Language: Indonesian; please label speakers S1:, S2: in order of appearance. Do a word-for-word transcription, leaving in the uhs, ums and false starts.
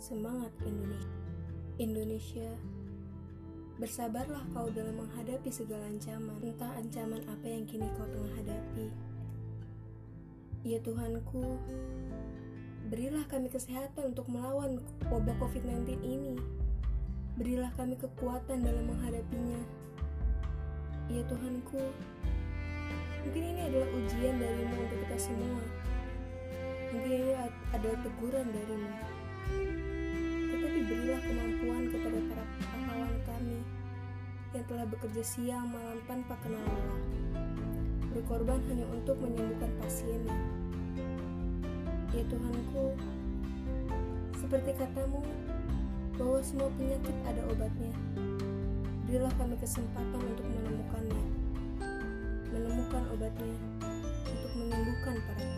S1: Semangat Indonesia. Indonesia, bersabarlah kau dalam menghadapi segala ancaman, entah ancaman apa yang kini kau tengah hadapi. Ya Tuhanku, berilah kami kesehatan untuk melawan wabah covid sembilan belas ini. Berilah kami kekuatan dalam menghadapinya. Ya Tuhanku, mungkin ini adalah ujian darimu untuk kita semua. Mungkin ini adalah teguran darimu. Tetapi berilah kemampuan kepada para pahlawan kami yang telah bekerja siang malam tanpa kenal lelah, berkorban hanya untuk menyembuhkan pasiennya. Ya Tuhanku, seperti katamu bahwa semua penyakit ada obatnya. Berilah kami kesempatan untuk menemukannya, menemukan obatnya untuk menyembuhkan para